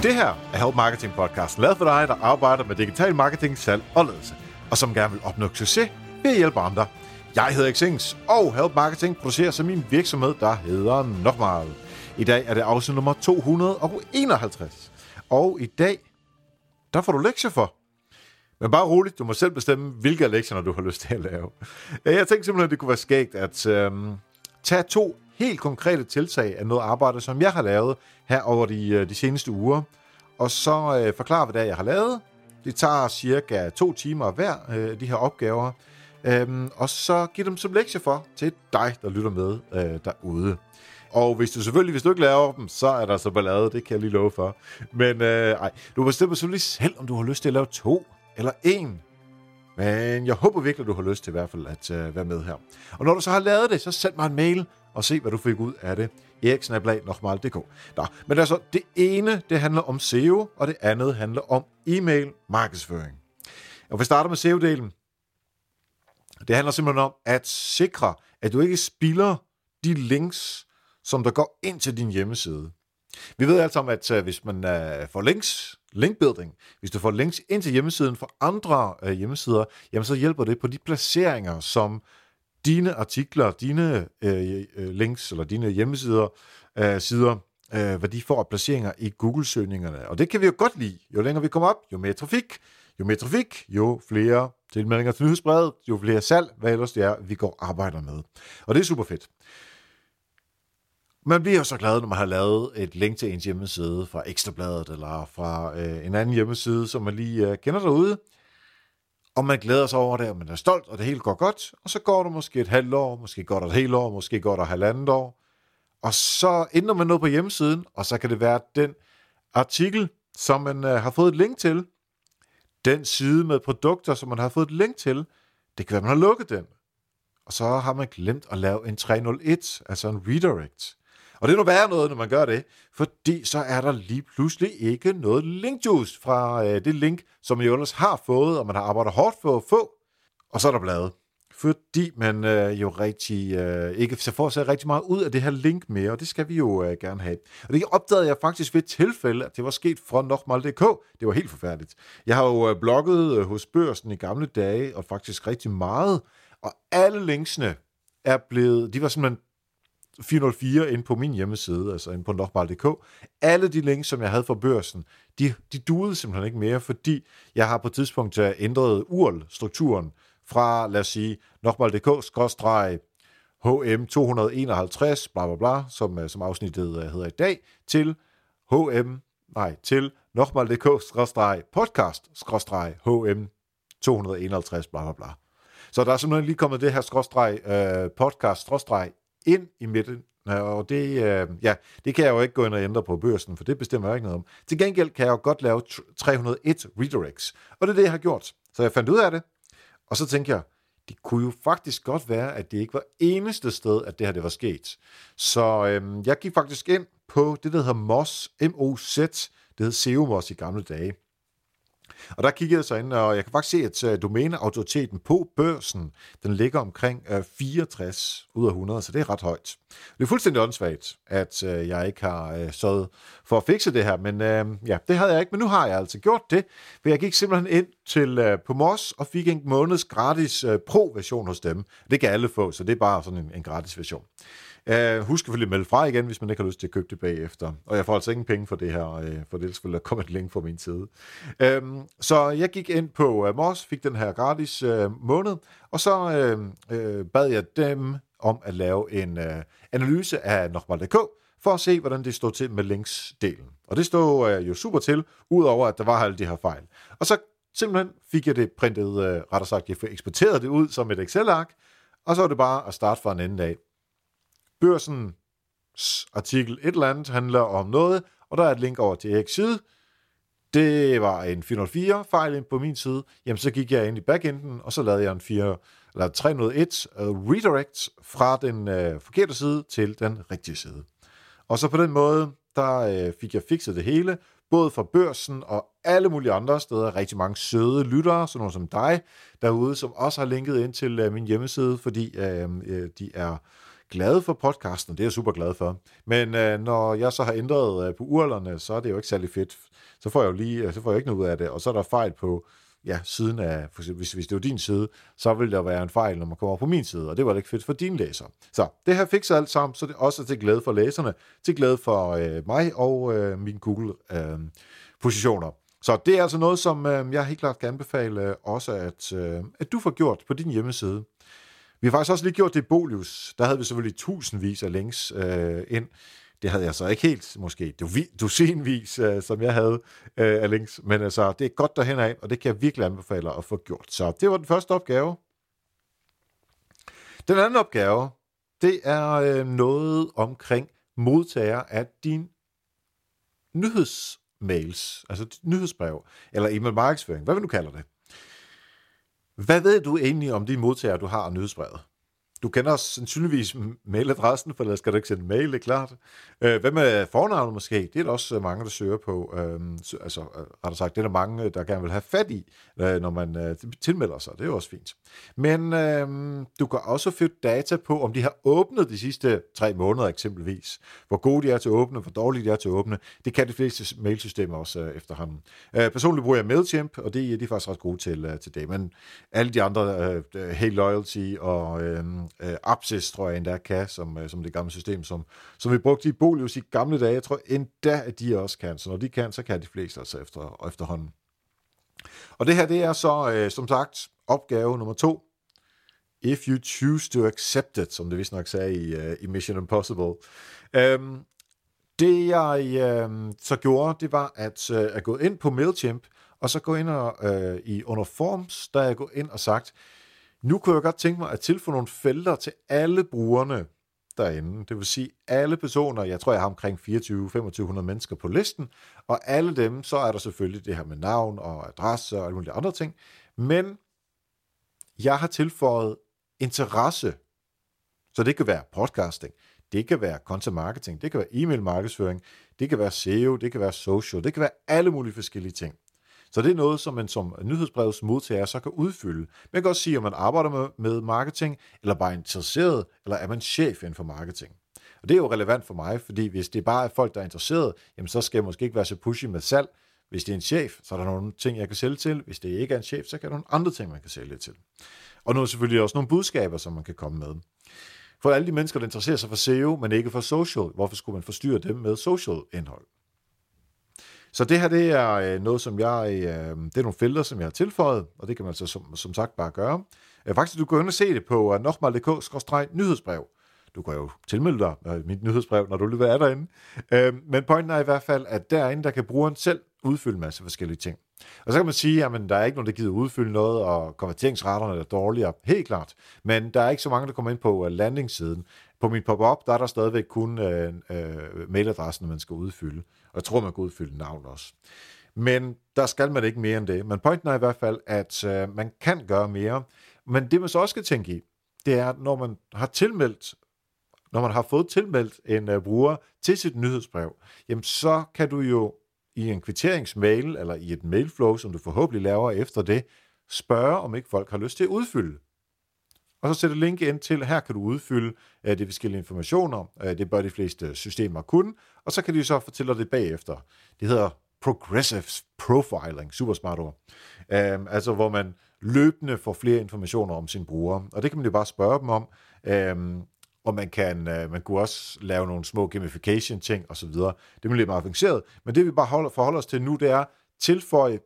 Det her er Help Marketing Podcasten, lavet for dig, der arbejder med digital marketing, salg og ledelse, og som gerne vil opnå succes ved at hjælpe andre. Jeg hedder Xings, og Help Marketing producerer som min virksomhed, der hedder Nochmal. I dag er det afsnit nummer 251, og i dag, der får du lektier for. Men bare roligt, du må selv bestemme, hvilke lektier du har lyst til at lave. Jeg tænkte simpelthen, at det kunne være skægt at tage 2 helt konkrete tiltag af noget arbejde, som jeg har lavet her over de seneste uger, og så forklare, hvad det er, jeg har lavet. Det tager cirka 2 timer hver, de her opgaver, og så give dem som lektier for til dig, der lytter med derude. Og hvis du ikke laver dem, så er der så ballade, det kan jeg lige love for. Men du bestemmer selvfølgelig selv, om du har lyst til at lave 2 eller 1. Men jeg håber virkelig, at du har lyst til i hvert fald at være med her. Og når du så har lavet det, så send mig en mail og se, hvad du fik ud af det. erik@nochmal.dk. Men altså, det ene, det handler om SEO, og det andet handler om e-mail markedsføring. Og vi starter med SEO-delen. Det handler simpelthen om at sikre, at du ikke spilder de links, som der går ind til din hjemmeside. Vi ved altså om, at hvis man får links, linkbuilding, hvis du får links ind til hjemmesiden fra andre hjemmesider, jamen så hjælper det på de placeringer, som dine artikler, dine links eller dine hjemmesider, hvad de får af placeringer i Google-søgningerne. Og det kan vi jo godt lide. Jo længere vi kommer op, jo mere trafik, jo flere tilmeldinger til nyhedsbrevet, jo flere salg, hvad ellers det er, vi går og arbejder med. Og det er super fedt. Man bliver jo så glad, når man har lavet et link til ens hjemmeside fra Ekstrabladet eller fra en anden hjemmeside, som man lige kender derude. Og man glæder sig over det, og man er stolt, og det hele går godt. Og så går der måske et halvt år, måske går der et helt år, måske går der 1,5 år. Og så ændrer man noget på hjemmesiden, og så kan det være den artikel, som man har fået et link til. Den side med produkter, som man har fået et link til. Det kan være, man har lukket den. Og så har man glemt at lave en 301, altså en redirect. Og det er nu værre noget, når man gør det, fordi så er der lige pludselig ikke noget linkjuice fra det link, som man jo ellers har fået, og man har arbejdet hårdt for at få, og så er der bladet. Fordi man jo ikke får sig rigtig meget ud af det her link mere, og det skal vi jo gerne have. Og det opdagede jeg faktisk ved et tilfælde, at det var sket fra Nochmal.dk. Det var helt forfærdeligt. Jeg har jo blogget hos Børsen i gamle dage, og faktisk rigtig meget, og alle linksene er blevet, de var simpelthen 404 inde på min hjemmeside, altså inde på Nochmal.dk. Alle de links, som jeg havde fra Børsen, de duede simpelthen ikke mere, fordi jeg har på et tidspunkt ændret URL-strukturen fra, lad os sige, Nochmal.dk/HM251, bla bla bla, som afsnittet hedder i dag, til Nochmal.dk/podcast/HM251, bla bla bla. Så der er simpelthen lige kommet det her podcast ind i midten, og det kan jeg jo ikke gå ind og ændre på Børsen, for det bestemmer jeg ikke noget om. Til gengæld kan jeg jo godt lave 301 redirects, og det er det, jeg har gjort. Så jeg fandt ud af det, og så tænkte jeg, det kunne jo faktisk godt være, at det ikke var eneste sted, at det her det var sket. Så jeg gik faktisk ind på det, der hedder Moz, M-O-Z, det hed SEO Moz i gamle dage. Og der kiggede jeg så ind, og jeg kan faktisk se, at domæneautoriteten på Børsen, den ligger omkring 64 ud af 100, så det er ret højt. Det er fuldstændig åndssvagt, at jeg ikke har sørget for at fikse det her, men det havde jeg ikke, men nu har jeg altså gjort det, for jeg gik simpelthen ind til på Moz og fik en måneds gratis pro-version hos dem. Det kan alle få, så det er bare sådan en gratis version. Husk selvfølgelig at melde fra igen, hvis man ikke har lyst til at købe det bagefter. Og jeg får altså ingen penge for det her, for det er selvfølgelig at komme et link fra min side. Så jeg gik ind på Moz, fik den her gratis måned, og så bad jeg dem om at lave en analyse af Nochmal.dk, for at se, hvordan det stod til med linksdelen. Og det stod jo super til, udover at der var alle de her fejl. Og så simpelthen fik jeg det printet, rettere sagt, jeg eksporterede det ud som et Excel-ark, og så var det bare at starte fra en ende af. Børsens artikel et eller andet handler om noget, og der er et link over til Eriks side. Det var en 404 fejl ind på min side. Jamen så gik jeg ind i backenden, og så lavede jeg en 301 redirect fra den forkerte side til den rigtige side. Og så på den måde, der fik jeg fikset det hele, både fra Børsen og alle mulige andre steder. Rigtig mange søde lyttere, sådan nogle som dig derude, som også har linket ind til min hjemmeside, fordi de er glade for podcasten, og det er jeg super glad for. Men når jeg så har ændret på urlerne, så er det jo ikke særlig fedt. Så får jeg ikke noget ud af det, og så er der fejl på siden af, for eksempel, hvis det var din side, så vil der være en fejl, når man kommer over på min side, og det var da ikke fedt for dine læsere. Så det her fikser alt sammen, så det er også til glæde for læserne, til glæde for mig og mine Google-positioner. Så det er altså noget, som jeg helt klart kan anbefale også, at du får gjort på din hjemmeside. Vi har faktisk også lige gjort det i Bolius. Der havde vi selvfølgelig tusindvis af links ind. Det havde jeg så ikke helt, måske dusinvis, som jeg havde af links. Men altså, det er godt derhen af, og det kan jeg virkelig anbefale at få gjort. Så det var den første opgave. Den anden opgave, det er noget omkring modtager af din nyhedsmails, altså nyhedsbrev, eller e-mail markedsføring, hvad vil du kalde det? Hvad ved du egentlig om de modtagere, du har af nyhedsbrevet? Du kender også sandsynligvis mailadressen, for ellers skal du ikke sende mail, det er klart. Hvad med fornavnet måske? Det er der også mange, der søger på. Rettere sagt, det er der mange, der gerne vil have fat i, når man tilmelder sig. Det er jo også fint. Men du kan også få data på, om de har åbnet de sidste 3 måneder eksempelvis. Hvor gode de er til at åbne, hvor dårlige de er til at åbne. Det kan de fleste mailsystemer også efterhånden. Personligt bruger jeg MailChimp, og de er faktisk ret gode til det. Men alle de andre, Hey Loyalty og Apsis, tror jeg endda kan, som det gamle system, som vi brugte i Bolius i gamle dage. Jeg tror endda, at de også kan. Så når de kan, så kan de fleste altså efterhånden. Og det her, det er så, som sagt, opgave nummer 2. If you choose to accept it, som det vist nok sagde i Mission Impossible. Det jeg så gjorde, det var at gå ind på MailChimp, og så gå ind under Forms, der jeg gå ind og sagt, nu kunne jeg godt tænke mig at tilføje nogle felter til alle brugerne derinde. Det vil sige alle personer, jeg tror jeg har omkring 24-2500 mennesker på listen, og alle dem, så er der selvfølgelig det her med navn og adresse og alle mulige andre ting. Men jeg har tilføjet interesse. Så det kan være podcasting, det kan være content marketing, det kan være e-mail markedsføring, det kan være SEO, det kan være social, det kan være alle mulige forskellige ting. Så det er noget, som man som nyhedsbrevs modtager så kan udfylde. Man kan også sige, om man arbejder med marketing, eller bare er interesseret, eller er man chef inden for marketing. Og det er jo relevant for mig, fordi hvis det bare er folk, der er interesseret, jamen så skal jeg måske ikke være så pushy med salg. Hvis det er en chef, så er der nogle ting, jeg kan sælge til. Hvis det ikke er en chef, så kan der nogle andre ting, man kan sælge til. Og nu er selvfølgelig også nogle budskaber, som man kan komme med. For alle de mennesker, der interesserer sig for SEO, men ikke for social, hvorfor skulle man forstyrre dem med social indhold? Så det her, det er noget, som det er nogle felter, som jeg har tilføjet, og det kan man så som sagt bare gøre. Faktisk, du kan jo se det på nokmal.dk/nyhedsbrev. Du kan jo tilmelde dig mit nyhedsbrev, når du lige er derinde. Men pointen er i hvert fald, at derinde, der kan brugeren selv udfylde en masse forskellige ting. Og så kan man sige, at der er ikke nogen, der gider udfylde noget, og konverteringsraterne er dårligere. Helt klart. Men der er ikke så mange, der kommer ind på landingssiden. På min pop-up, der er der stadigvæk kun mailadressen, man skal udfylde. Og jeg tror, man kan udfylde navn også. Men der skal man ikke mere end det. Men pointen er i hvert fald, at man kan gøre mere. Men det, man så også skal tænke i, det er, at når man har fået tilmeldt en bruger til sit nyhedsbrev, jamen så kan du jo i en kvitteringsmail, eller i et mailflow, som du forhåbentlig laver efter det, spørge, om ikke folk har lyst til at udfylde. Og så sætter link ind til, her kan du udfylde de forskellige informationer. Det bør de fleste systemer kunne. Og så kan de så fortælle dig det bagefter. Det hedder progressive profiling. Super smart ord. Altså hvor man løbende får flere informationer om sine brugere. Og det kan man jo bare spørge dem om. Og man kunne også lave nogle små gamification ting og så videre. Det er lidt meget avanceret. Men det vi bare forholder os til nu, det er tilføje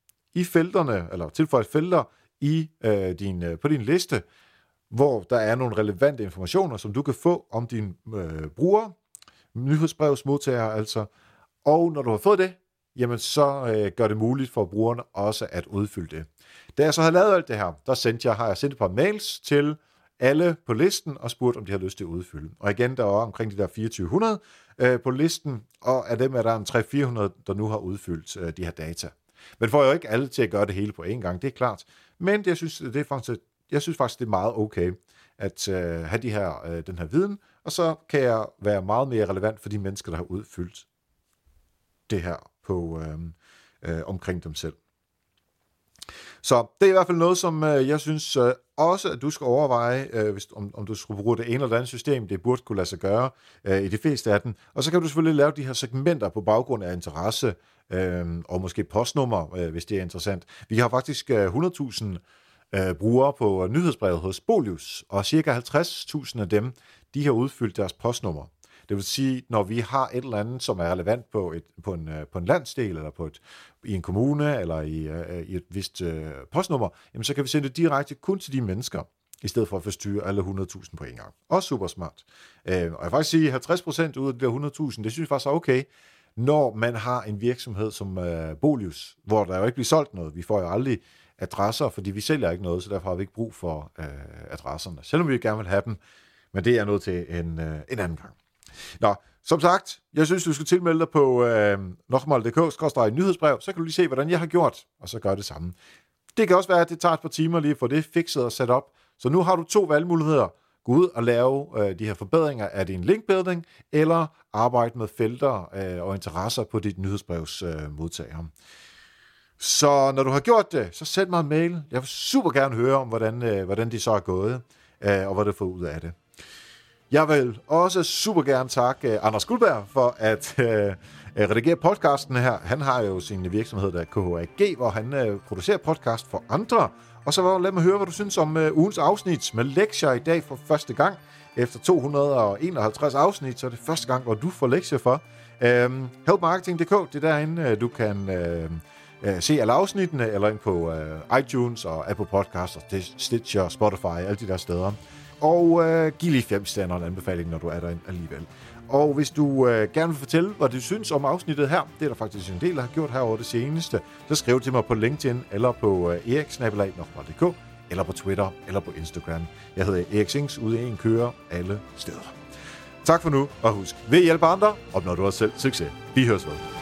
felter på din liste, hvor der er nogle relevante informationer, som du kan få om dine brugere, nyhedsbrevsmodtagere altså. Og når du har fået det, jamen så gør det muligt for brugerne også at udfylde det. Da jeg så har lavet alt det her, har jeg sendt et par mails til alle på listen og spurgt, om de har lyst til at udfylde. Og igen, der var omkring de der 2400 på listen, og af dem er der en 300-400, der nu har udfyldt de her data. Men får jo ikke alle til at gøre det hele på én gang, det er klart. Men jeg synes faktisk, det er meget okay at have den her viden, og så kan jeg være meget mere relevant for de mennesker, der har udfyldt det her på omkring dem selv. Så det er i hvert fald noget, som jeg synes også, at du skal overveje, om du skulle bruge det ene eller det andet system. Det burde kunne lade sig gøre i de fleste af dem. Og så kan du selvfølgelig lave de her segmenter på baggrund af interesse og måske postnummer, hvis det er interessant. Vi har faktisk 100.000 brugere på nyhedsbrevet hos Bolius, og cirka 50.000 af dem, de har udfyldt deres postnummer. Det vil sige, når vi har et eller andet, som er relevant på en landsdel, eller i en kommune, eller i et vist postnummer, jamen så kan vi sende det direkte kun til de mennesker, i stedet for at forstyrre alle 100.000 på en gang. Også super smart. Og jeg vil faktisk sige, at 50% ud af de der 100.000, det synes jeg faktisk er okay, når man har en virksomhed som Bolius, hvor der jo ikke bliver solgt noget. Vi får jo aldrig adresser, fordi vi sælger ikke noget, så derfor har vi ikke brug for adresserne. Selvom vi gerne vil have dem, men det er noget til en anden gang. Nå, som sagt, jeg synes, du skal tilmelde dig på nokmal.dk/nyhedsbrev, så kan du lige se, hvordan jeg har gjort, og så gør det samme. Det kan også være, at det tager et par timer lige at få det fikset og sat op. Så nu har du 2 valgmuligheder. Gå ud og lave de her forbedringer af din linkbuilding, eller arbejde med felter og interesser på dit nyhedsbrevs modtager. Så når du har gjort det, så send mig en mail. Jeg vil super gerne høre om, hvordan det så er gået, og hvad du får ud af det. Jeg vil også super gerne takke Anders Guldberg for at redigere podcasten her. Han har jo sin virksomhed, der er KHAG, hvor han producerer podcast for andre. Og så lad mig høre, hvad du synes om ugens afsnit med lektier i dag for første gang. Efter 251 afsnit, så er det første gang, hvor du får lektier for. Helpmarketing.dk, det er derinde, du kan se alle afsnittene, eller ind på iTunes og Apple Podcasts, Stitcher, Spotify, alle de der steder. Og giv lige 5 stjerner en anbefaling, når du er derinde alligevel. Og hvis du gerne vil fortælle, hvad du synes om afsnittet her, det er der faktisk en del, der har gjort her over det seneste, så skriv til mig på LinkedIn, eller på erik@nokmal.dk, eller på Twitter, eller på Instagram. Jeg hedder Erik Sings, ude i en kører alle steder. Tak for nu, og husk, ved at hjælpe andre, opnår du også selv succes. Vi høres ved.